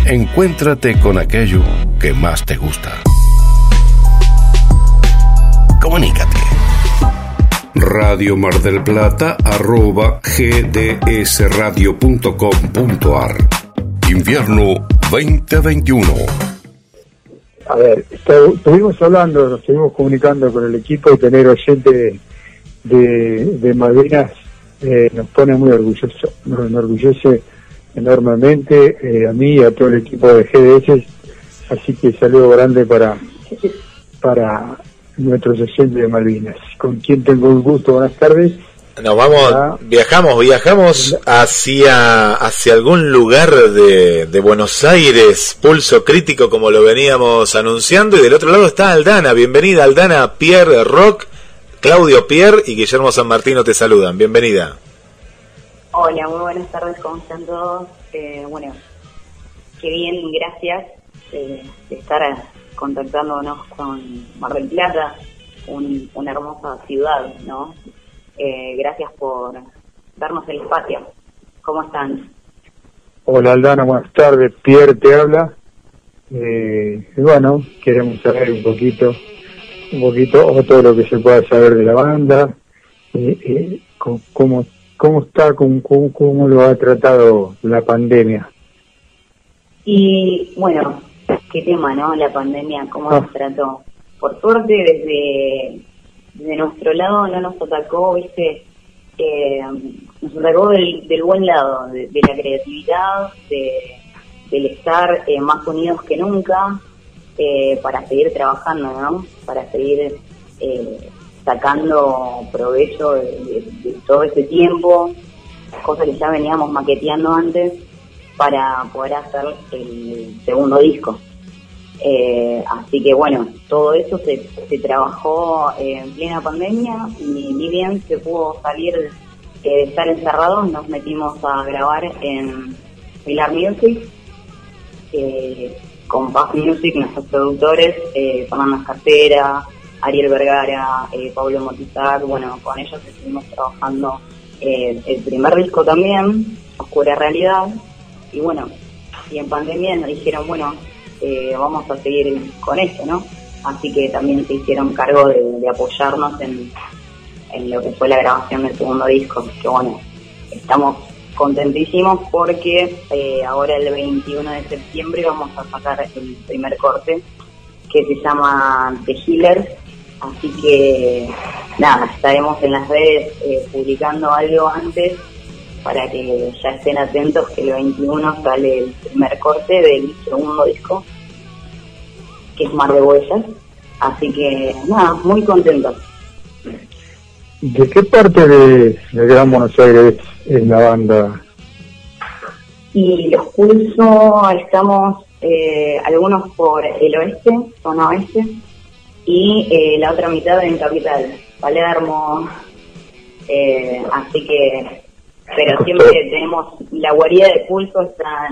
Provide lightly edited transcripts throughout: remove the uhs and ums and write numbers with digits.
Encuéntrate con aquello que más te gusta. Comunícate. Radio Mar del Plata @gdsradio.com.ar. Invierno 2021. A ver, estuvimos hablando, nos estuvimos comunicando con el equipo, y tener oyente de Malvinas nos pone muy orgulloso, nos enorgullece enormemente, a mí y a todo el equipo de GDS, así que saludo grande para nuestros oyentes de Malvinas. Con quien tengo el gusto, buenas tardes. Nos vamos, viajamos hacia algún lugar de Buenos Aires, pulso crítico como lo veníamos anunciando, y del otro lado está Aldana. Bienvenida, Aldana. Pierre Rock, Claudio Pierre y Guillermo San Martino te saludan. Bienvenida. Hola, muy buenas tardes, ¿cómo están todos? Bueno, qué bien, gracias de estar contactándonos con Mar del Plata, una hermosa ciudad, ¿no? Gracias por darnos el espacio. ¿Cómo están? Hola Aldana, buenas tardes. Pierre te habla. Y bueno, queremos saber un poquito o todo lo que se pueda saber de la banda, cómo está, cómo lo ha tratado la pandemia. Y bueno, qué tema, ¿no? La pandemia, cómo nos trató. Por suerte, desde nuestro lado no nos atacó, ¿viste? Nos atacó del buen lado, de la creatividad, del estar más unidos que nunca, para seguir trabajando, ¿no? Para seguir sacando provecho de todo ese tiempo, cosas que ya veníamos maqueteando antes para poder hacer el segundo disco. Así que bueno, todo eso se trabajó en plena pandemia, y ni bien se pudo salir de estar encerrados, nos metimos a grabar en Pilar Music, con Paz Music, nuestros productores, Fernanda Cartera, Ariel Vergara, Pablo Motizac. Bueno, con ellos estuvimos trabajando el primer disco también, Oscura Realidad, y bueno, y en pandemia nos dijeron, bueno, vamos a seguir con esto, ¿no? Así que también se hicieron cargo de apoyarnos en lo que fue la grabación del segundo disco, que bueno, estamos contentísimos porque ahora el 21 de septiembre vamos a sacar el primer corte, que se llama The Healer. Así que nada, estaremos en las redes publicando algo antes para que ya estén atentos, que el 21 sale el primer corte del segundo disco, que es Mar de Huellas. Así que nada, muy contentos. ¿De qué parte de Gran Buenos Aires es la banda? Y los Pulso estamos algunos por el oeste, zona oeste, y la otra mitad en Capital, Palermo, así que, pero siempre tenemos, la guarida de Pulso está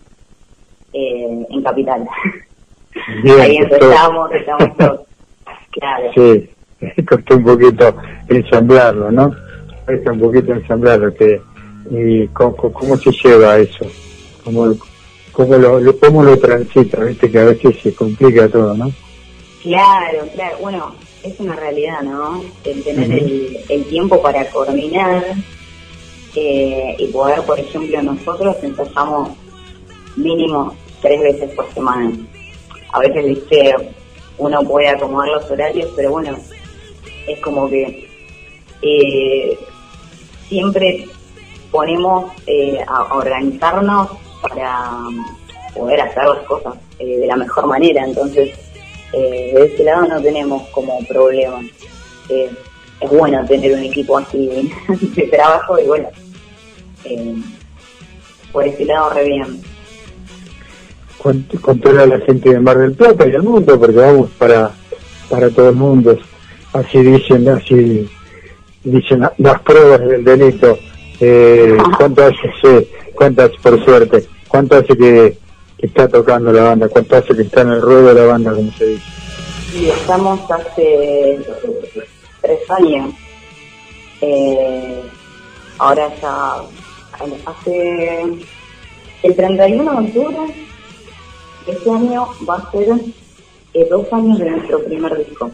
en Capital. Bien, ahí estamos todos, claro. Sí, costó un poquito ensamblarlo, ¿no? Cuesta un poquito ensamblarlo, y ¿cómo se lleva eso? ¿Cómo lo transita? Viste que a veces se complica todo, ¿no? Claro, bueno, es una realidad, ¿no? El tener el tiempo para coordinar, y poder, por ejemplo, nosotros ensayamos mínimo 3 veces por semana. A veces, viste, uno puede acomodar los horarios, pero bueno, es como que siempre ponemos a organizarnos para poder hacer las cosas de la mejor manera. Entonces, de ese lado no tenemos como problema. Es bueno tener un equipo así de trabajo, y bueno, por ese lado re bien. Controla a la gente de Mar del Plata y del mundo, porque vamos para todo el mundo. Así dicen las pruebas del delito. ¿Cuánto hace, por suerte, cuánto hace que está tocando la banda, cuánto hace que está en el ruedo de la banda, como se dice? Y estamos hace 3 años. Ahora ya hace el 31 de octubre este año va a ser 2 años de nuestro primer disco.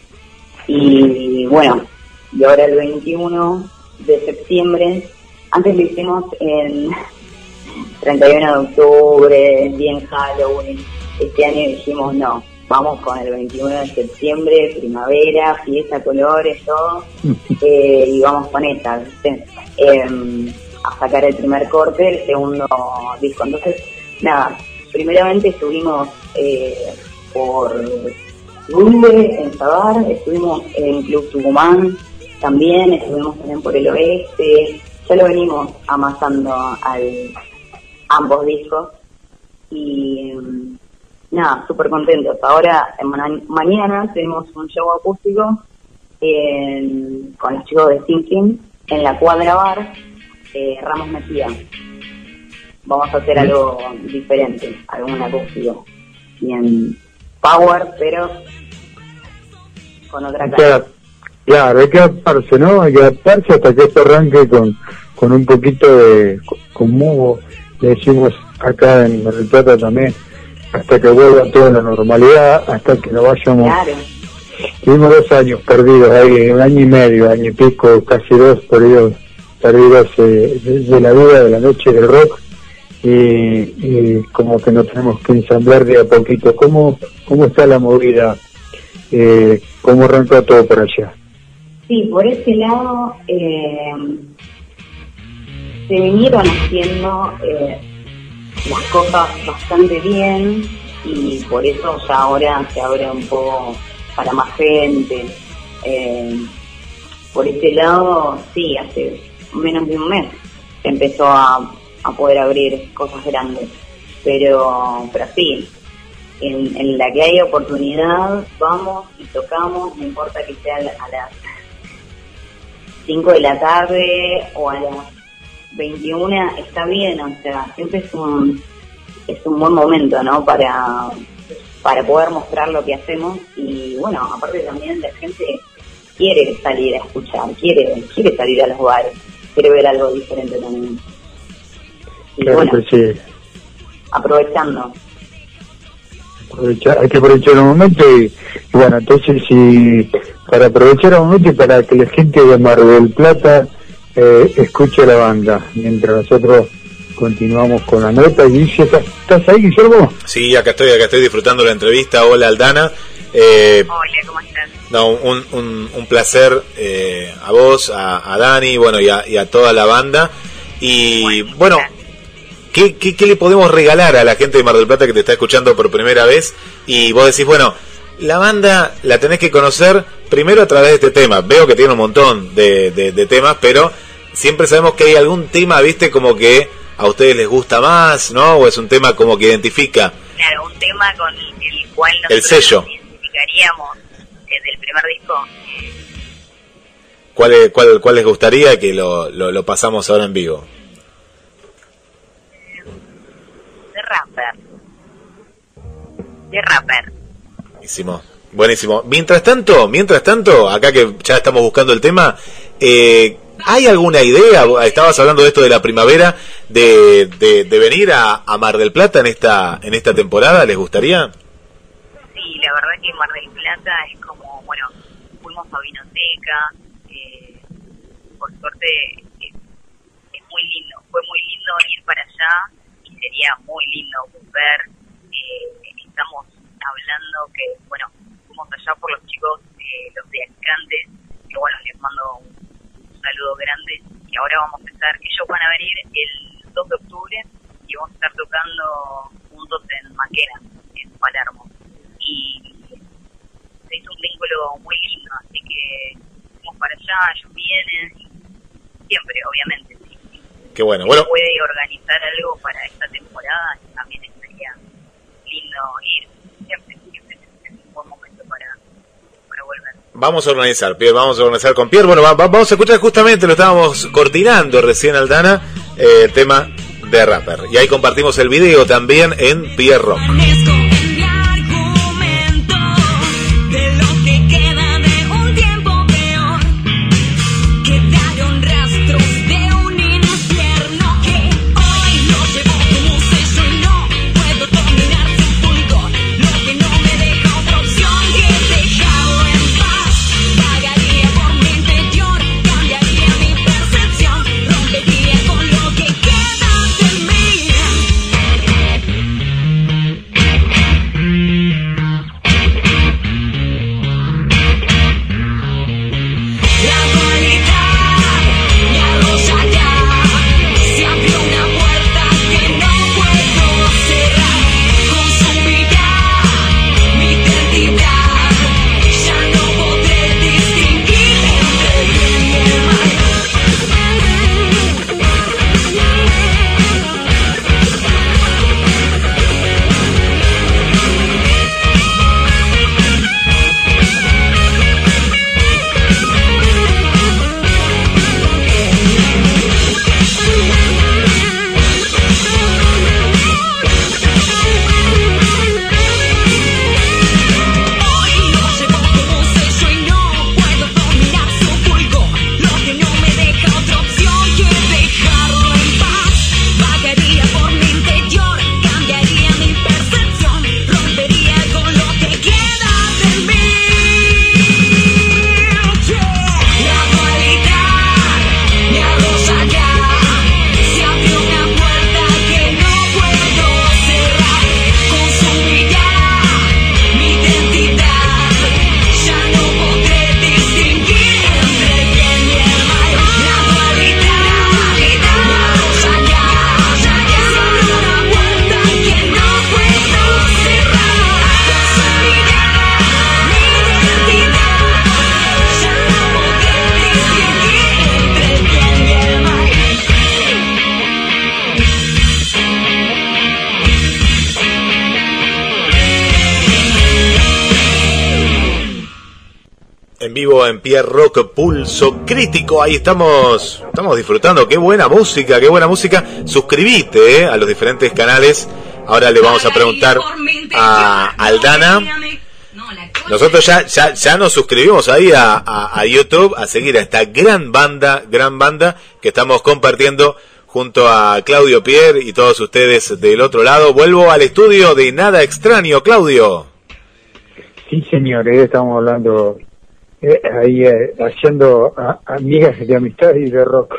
Y bueno, y ahora el 21 de septiembre, antes lo hicimos en 31 de octubre, bien Halloween. Este año dijimos no, vamos con el 21 de septiembre, primavera, fiesta, colores, todo, y vamos con esa, ¿viste? A sacar el primer corte, el segundo disco. Entonces, nada, primeramente estuvimos por Wilde, en Zabar, estuvimos en Club Tucumán, también estuvimos también por el oeste, ya lo venimos amasando ambos discos y nada, súper contentos. Ahora, mañana tenemos un show acústico con los chicos de Thinking en la Cuadra Bar, Ramos Mejía. Vamos a hacer algo diferente, algún acústico bien power, pero con otra cara. Claro, hay que adaptarse, ¿no? Hay que adaptarse hasta que esto arranque con un poquito de con mugo, le decimos acá en Mar del Plata también, hasta que vuelva toda la normalidad, hasta que no vayamos. Claro. Tuvimos 2 años perdidos ahí, 1 año y medio, año y pico, casi 2 perdidos de la vida, de la noche del rock, y como que nos tenemos que ensamblar de a poquito. ¿Cómo está la movida? ¿Cómo arrancó todo por allá? Sí, por ese lado se vinieron haciendo las cosas bastante bien y por eso ya ahora se abre un poco para más gente. Por ese lado, sí, hace menos de un mes se empezó a poder abrir cosas grandes, pero sí, en la que hay oportunidad vamos y tocamos, no importa que sea a las 5 de la tarde o a las 21, está bien, o sea, siempre es un buen momento, ¿no? Para poder mostrar lo que hacemos y bueno, aparte también la gente quiere salir a escuchar, quiere salir a los bares, quiere ver algo diferente también. Y claro, bueno, pues sí. Aprovechando. Hay que aprovechar un momento y bueno, entonces para aprovechar un momento y para que la gente de Mar del Plata escuche la banda, mientras nosotros continuamos con la nota. Guille, ¿estás ahí, Guillermo? Sí, acá estoy disfrutando la entrevista. Hola, Aldana. Hola, ¿cómo estás? No, un placer a vos, a Dani, bueno, y a toda la banda. Y bueno, ¿qué le podemos regalar a la gente de Mar del Plata que te está escuchando por primera vez? Y vos decís, bueno, la banda la tenés que conocer primero a través de este tema. Veo que tiene un montón de temas, pero siempre sabemos que hay algún tema, viste, como que a ustedes les gusta más, ¿no? O es un tema como que identifica. Claro, un tema con el cual el sello. Nos identificaríamos desde el primer disco. ¿Cuál les gustaría que lo pasamos ahora en vivo? De rapper. Buenísimo. Mientras tanto, acá que ya estamos buscando el tema, ¿hay alguna idea? Estabas hablando de esto de la primavera, de venir a Mar del Plata en esta temporada, ¿les gustaría? Sí, la verdad que Mar del Plata es como, bueno, fuimos a Vinoteca, por suerte es muy lindo, fue muy lindo ir para allá y sería muy lindo volver. Estamos hablando que, bueno, fuimos allá por los chicos, los de Alicantes, que bueno, les mando un saludo grande, y ahora vamos a estar, ellos van a venir el 2 de octubre y vamos a estar tocando juntos en Maquena, en Palermo, y se hizo un vínculo muy lindo, así que fuimos para allá, ellos vienen, y siempre, obviamente, sí. Qué bueno, si bueno. Puede organizar algo para esta temporada, también estaría lindo ir, siempre es un buen momento para volver. Vamos a organizar con Pierre. Bueno, vamos a escuchar, justamente lo estábamos coordinando recién, Aldana, tema de Rapper, y ahí compartimos el video también en Pierre Rock. Puedo dominar sin vivo en Pierre Rock, Pulso Crítico. Ahí estamos disfrutando. Qué buena música, qué buena música. Suscribite a los diferentes canales. Ahora le vamos a preguntar a Aldana. Nosotros ya nos suscribimos ahí a YouTube a seguir a esta gran banda que estamos compartiendo junto a Claudio Pierre y todos ustedes del otro lado. Vuelvo al estudio de Nada Extraño, Claudio. Sí, señor, estamos hablando ahí haciendo amigas de amistad y de rock.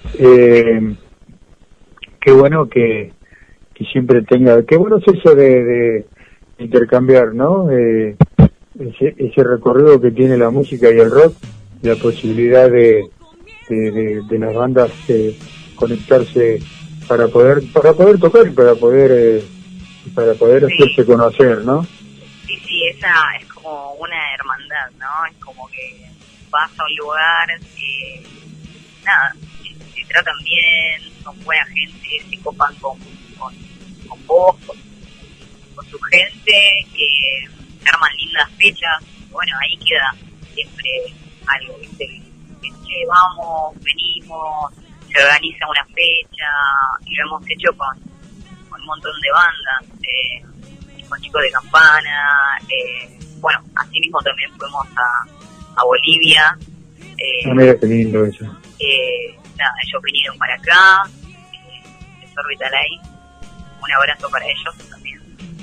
Qué bueno que siempre tenga, qué bueno es eso de intercambiar, ¿no? Ese recorrido que tiene la música y el rock, la posibilidad de las bandas conectarse para poder tocar y para poder hacerse conocer, ¿no? Sí, esa es como una hermandad, ¿no? Es como que vas a un lugar que, nada, se tratan bien, son buena gente, se copan con vos, con tu gente, se arman lindas fechas. Bueno, ahí queda siempre algo, ¿viste? Que vamos, venimos, se organiza una fecha, y lo hemos hecho con un montón de bandas, con Chicos de Campana, bueno, así mismo también fuimos a Bolivia. Mira qué lindo eso. Nada, ellos vinieron para acá, es Orbital Line, un abrazo para ellos también.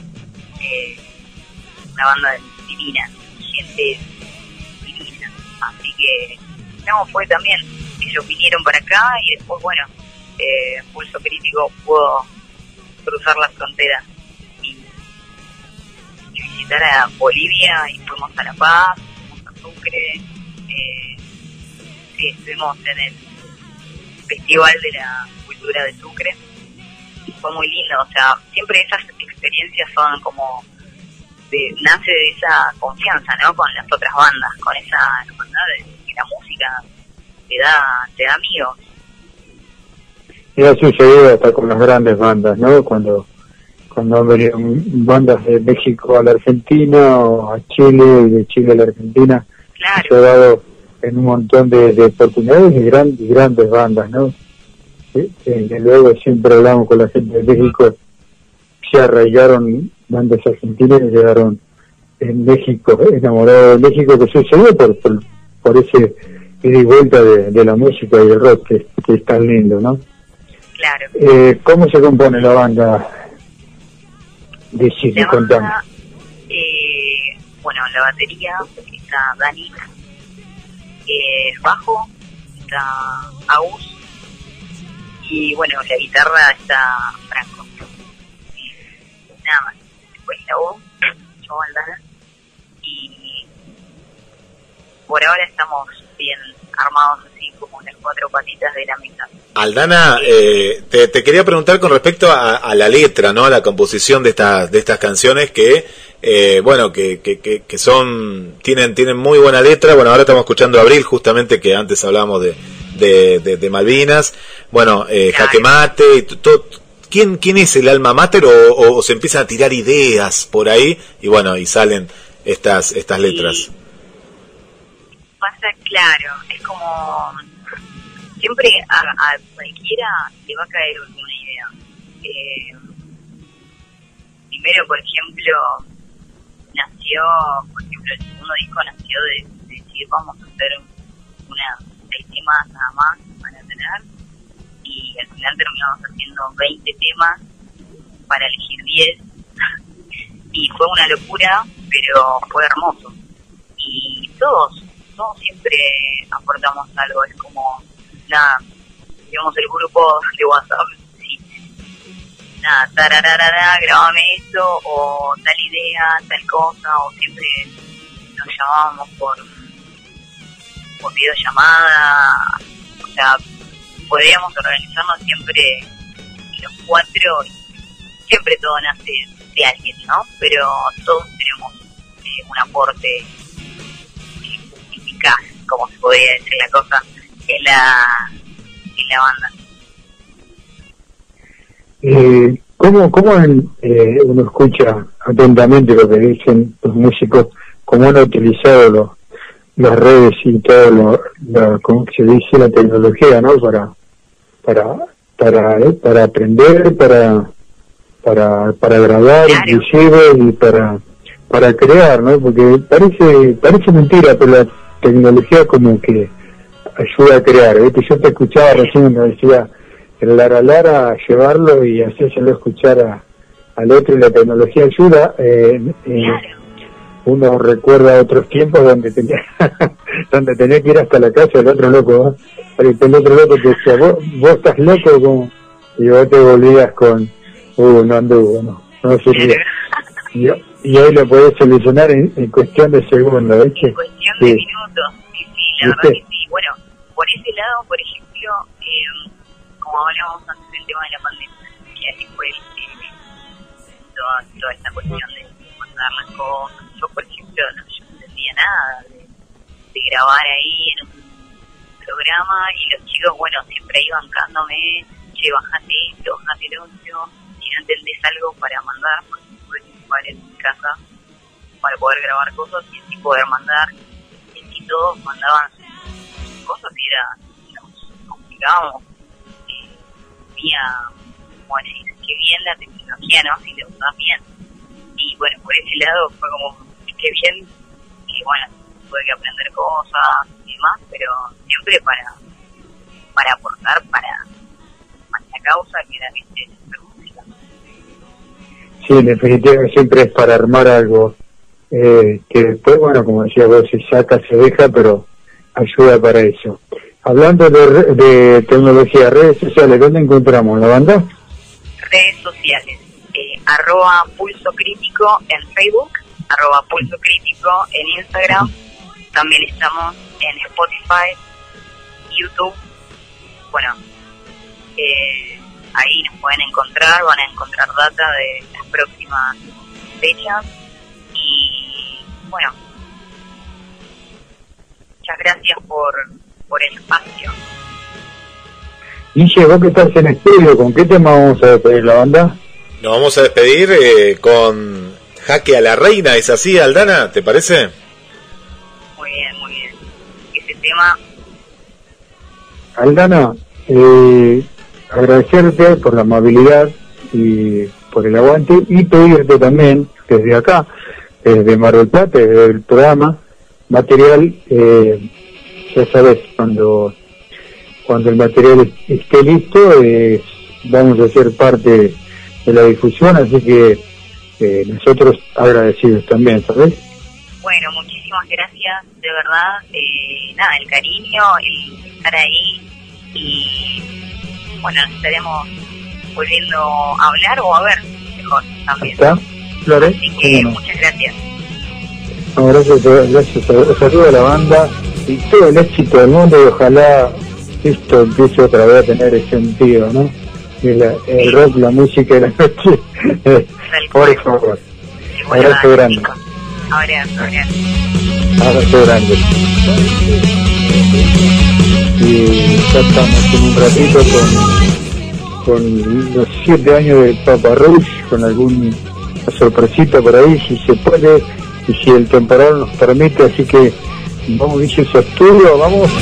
Una banda divina, gente divina, así que no, fue también, ellos vinieron para acá y después, bueno, Pulso Crítico pudo cruzar las fronteras y visitar a Bolivia y fuimos a La Paz, fuimos a Sucre, sí, estuvimos en el Festival de la Cultura de Sucre y fue muy lindo, o sea, siempre esas experiencias son como nace de esa confianza, ¿no? Con las otras bandas, con esa hermandad de que la música te da amigos. Y ha sucedido hasta con las grandes bandas, ¿no? Cuando han venido bandas de México a la Argentina o a Chile y de Chile a la Argentina, claro. Se ha dado en un montón de oportunidades y grandes bandas, ¿no? Que luego siempre hablamos con la gente de México, se arraigaron bandas argentinas y llegaron en México, enamorados de México, que sucedió por ese ida y vuelta de la música y el rock que es tan lindo, ¿no? Claro. ¿Cómo se compone la banda de Chile? Contame. Bueno, la batería está Dani, bajo está Agus y bueno, la guitarra está Franco. Nada más. Después la voz, yo Aldana, y por ahora estamos bien armados así como las cuatro patitas de la mitad. Aldana, te quería preguntar con respecto a la letra, ¿no? A la composición de estas canciones que bueno, que son tienen muy buena letra. Bueno, ahora estamos escuchando a Abril, justamente, que antes hablábamos de Malvinas. Bueno, claro. Jaque Mate y todo. ¿Quién es el alma mater o se empiezan a tirar ideas por ahí y bueno, y salen estas letras? Sí. Pasa, claro, es como siempre a cualquiera le va a caer una idea. Primero, por ejemplo, el segundo disco nació de decir vamos a hacer 6 temas nada más para tener, y al final terminamos haciendo 20 temas para elegir 10 y fue una locura, pero fue hermoso, y todos siempre aportamos algo. Es como, nada, digamos, el grupo de WhatsApp, sí, nada, tarararara, grabame esto, o tal idea, tal cosa, o siempre nos llamábamos por videollamada, o sea, podíamos organizarnos siempre los 4, siempre todo nace de alguien, ¿no? Pero todos tenemos un aporte eficaz, como se podría decir la cosa, en la banda. ¿Cómo uno escucha atentamente lo que dicen los músicos, cómo han utilizado las redes y todo como se dice, la tecnología, ¿no? Para aprender, para grabar, claro, inclusive, y para crear, ¿no? Porque parece mentira, pero la tecnología como que ayuda a crear, ¿viste? Yo te escuchaba recién cuando decía el Lara llevarlo y hacérselo escuchar al otro, y la tecnología ayuda. Uno recuerda otros tiempos donde tenía que ir hasta la casa del otro loco, ¿no? El otro loco te decía, vos estás loco, como, y vos te volvías con no anduvo, no sirvió. Y hoy lo podés solucionar en cuestión de segundos, ¿viste? En cuestión de minutos, sí, la verdad que sí. Bueno, por ese lado, por ejemplo, como hablábamos antes del tema de la pandemia, que así fue toda esta cuestión de mandar las cosas. Yo, por ejemplo, yo no entendía nada de grabar ahí en un programa, y los chicos, bueno, siempre ahí bancándome, che, bajate esto, bajate el otro, si no entendés algo para mandar, porque tuve que ocupar en mi casa para poder grabar cosas y así poder mandar, y así todos mandaban cosas y era, nos complicábamos, bueno, qué bien la tecnología, ¿no? Si lo usas bien. Y bueno, por ese lado fue como, qué bien, y bueno, tuve que aprender cosas y demás, pero siempre para aportar para la causa que la gente se música. Sí, en definitiva siempre es para armar algo que después, bueno, como decía vos, se saca, se deja, pero ayuda para eso. Hablando de tecnología, redes sociales, ¿dónde encontramos la banda? Redes sociales, @Pulso Crítico en Facebook, @Pulso Crítico en Instagram, también estamos en Spotify, YouTube, bueno, ahí nos pueden encontrar, van a encontrar data de las próximas fechas, y bueno, muchas gracias por el espacio. Guille, vos que estás en estudio, ¿con qué tema vamos a despedir la banda? Nos vamos a despedir con Jaque a la Reina, ¿es así, Aldana? ¿Te parece? Muy bien. Ese tema... Aldana, agradecerte por la amabilidad y por el aguante, y pedirte también, desde acá, desde Mar del Plata, desde el programa, material, ya sabes, cuando el material esté listo, vamos a ser parte de la difusión, así que nosotros agradecidos también, ¿sabes? Bueno, muchísimas gracias, de verdad, el cariño, el estar ahí, y bueno, nos estaremos volviendo a hablar o a ver mejor también. ¿Está? Flores. Así que muchas gracias. No, gracias, saludo a la banda y todo el éxito del mundo, y ojalá esto empiece otra vez a tener el sentido, ¿no? El rock, la música y la noche. Por favor. Abrazo grande. Abrazo grande. Y ya estamos en un ratito con los 7 años de Papa Roach, con alguna sorpresita por ahí, si se puede, y si el temporal nos permite, así que vamos a ir a su estudio, vamos.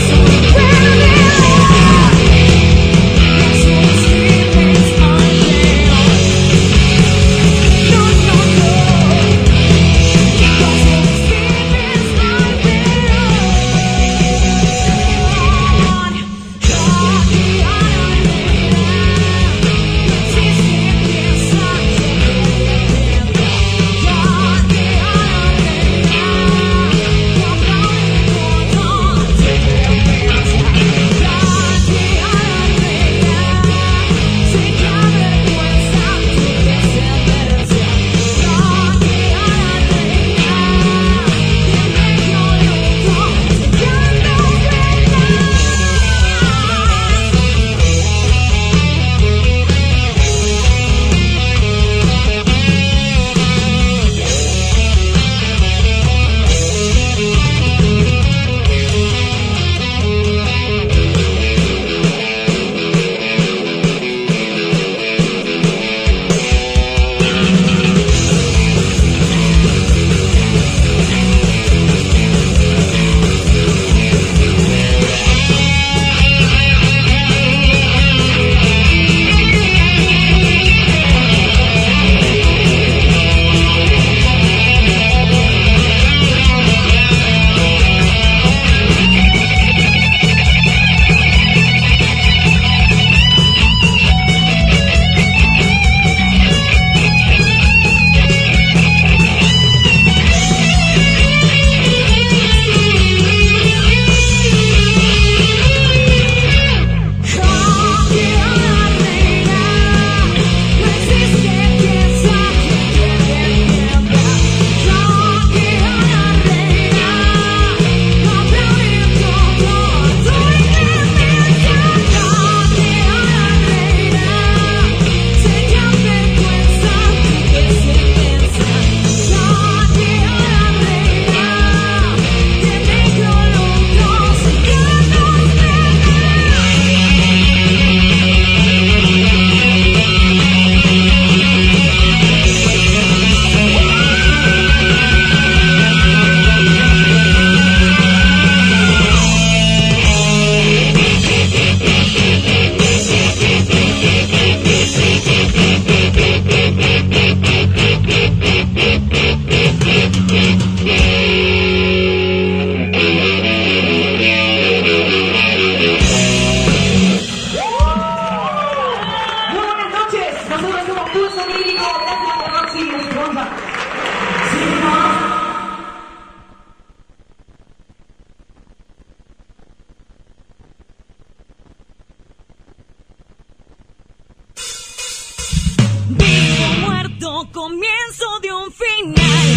comienzo de un final.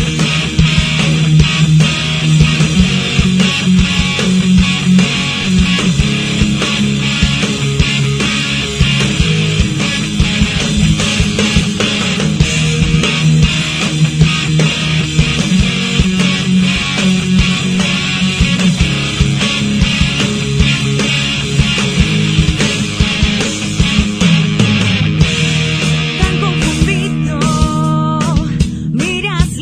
Tan confundido, miras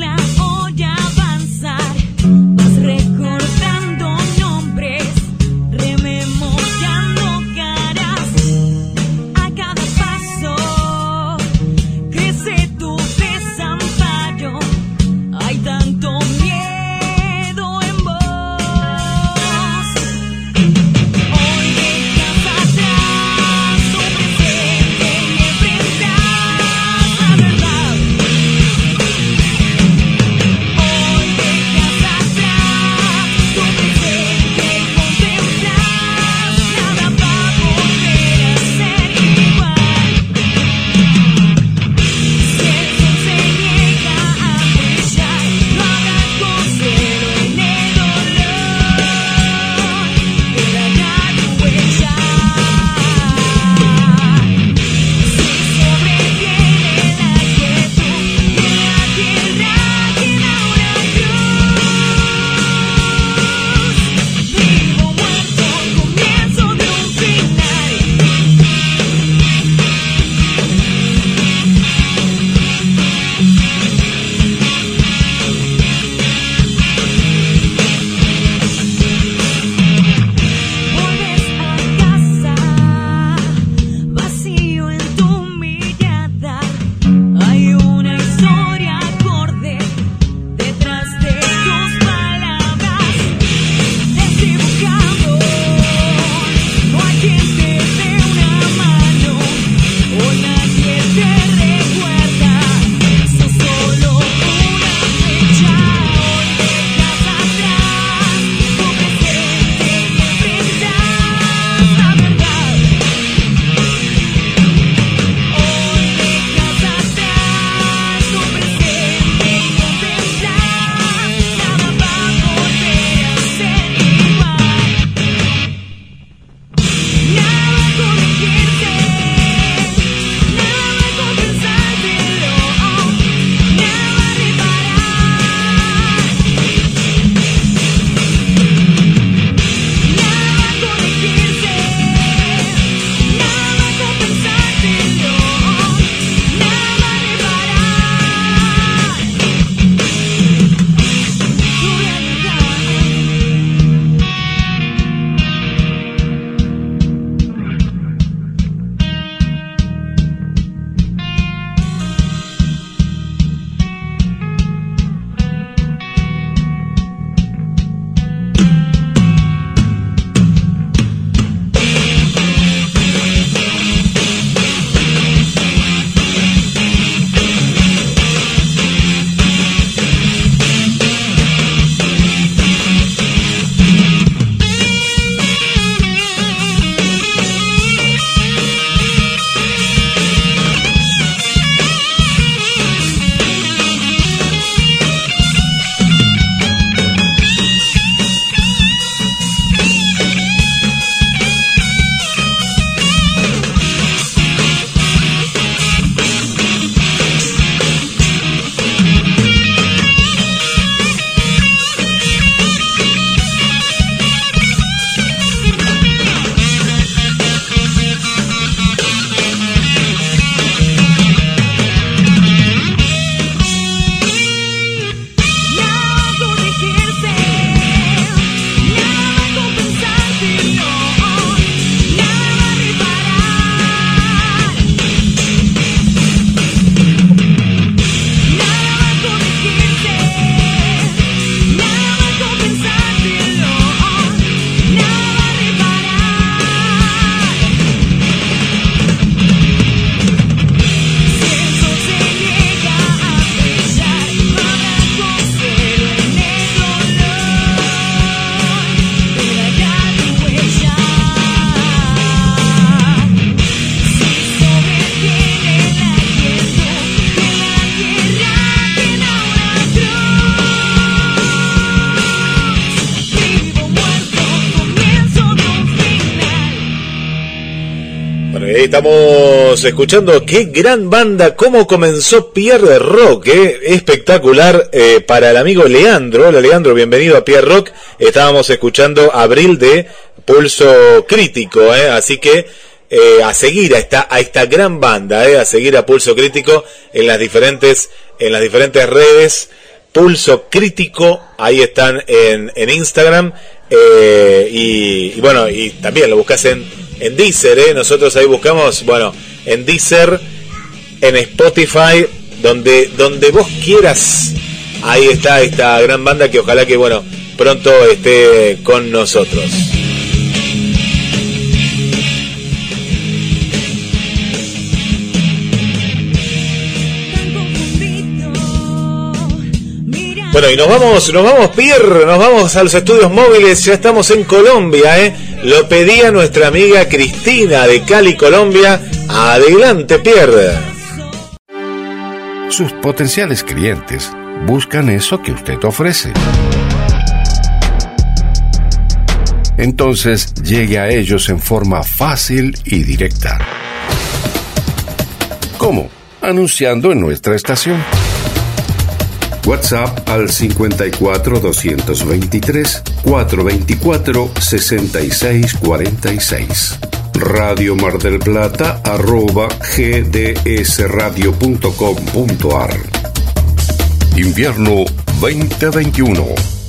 Estamos escuchando qué gran banda, cómo comenzó Pierre Rock, espectacular, para el amigo Leandro. Hola Leandro, bienvenido a Pierre Rock. Estábamos escuchando Abril de Pulso Crítico, así que a seguir a esta gran banda, a seguir a Pulso Crítico en las diferentes redes. Pulso Crítico, ahí están en Instagram, y bueno, y también lo buscas en Deezer, nosotros ahí buscamos, bueno, en Deezer, en Spotify, donde vos quieras, ahí está esta gran banda que ojalá que, bueno, pronto esté con nosotros. Bueno, y nos vamos Pierre, nos vamos a los estudios móviles, ya estamos en Colombia, Lo pedía nuestra amiga Cristina de Cali, Colombia. Adelante, Pierre. Sus potenciales clientes buscan eso que usted ofrece. Entonces, llegue a ellos en forma fácil y directa. ¿Cómo? Anunciando en nuestra estación. WhatsApp al 54 223 424 6646. Radio Mar del Plata @gdsradio.com.ar. Invierno 2021.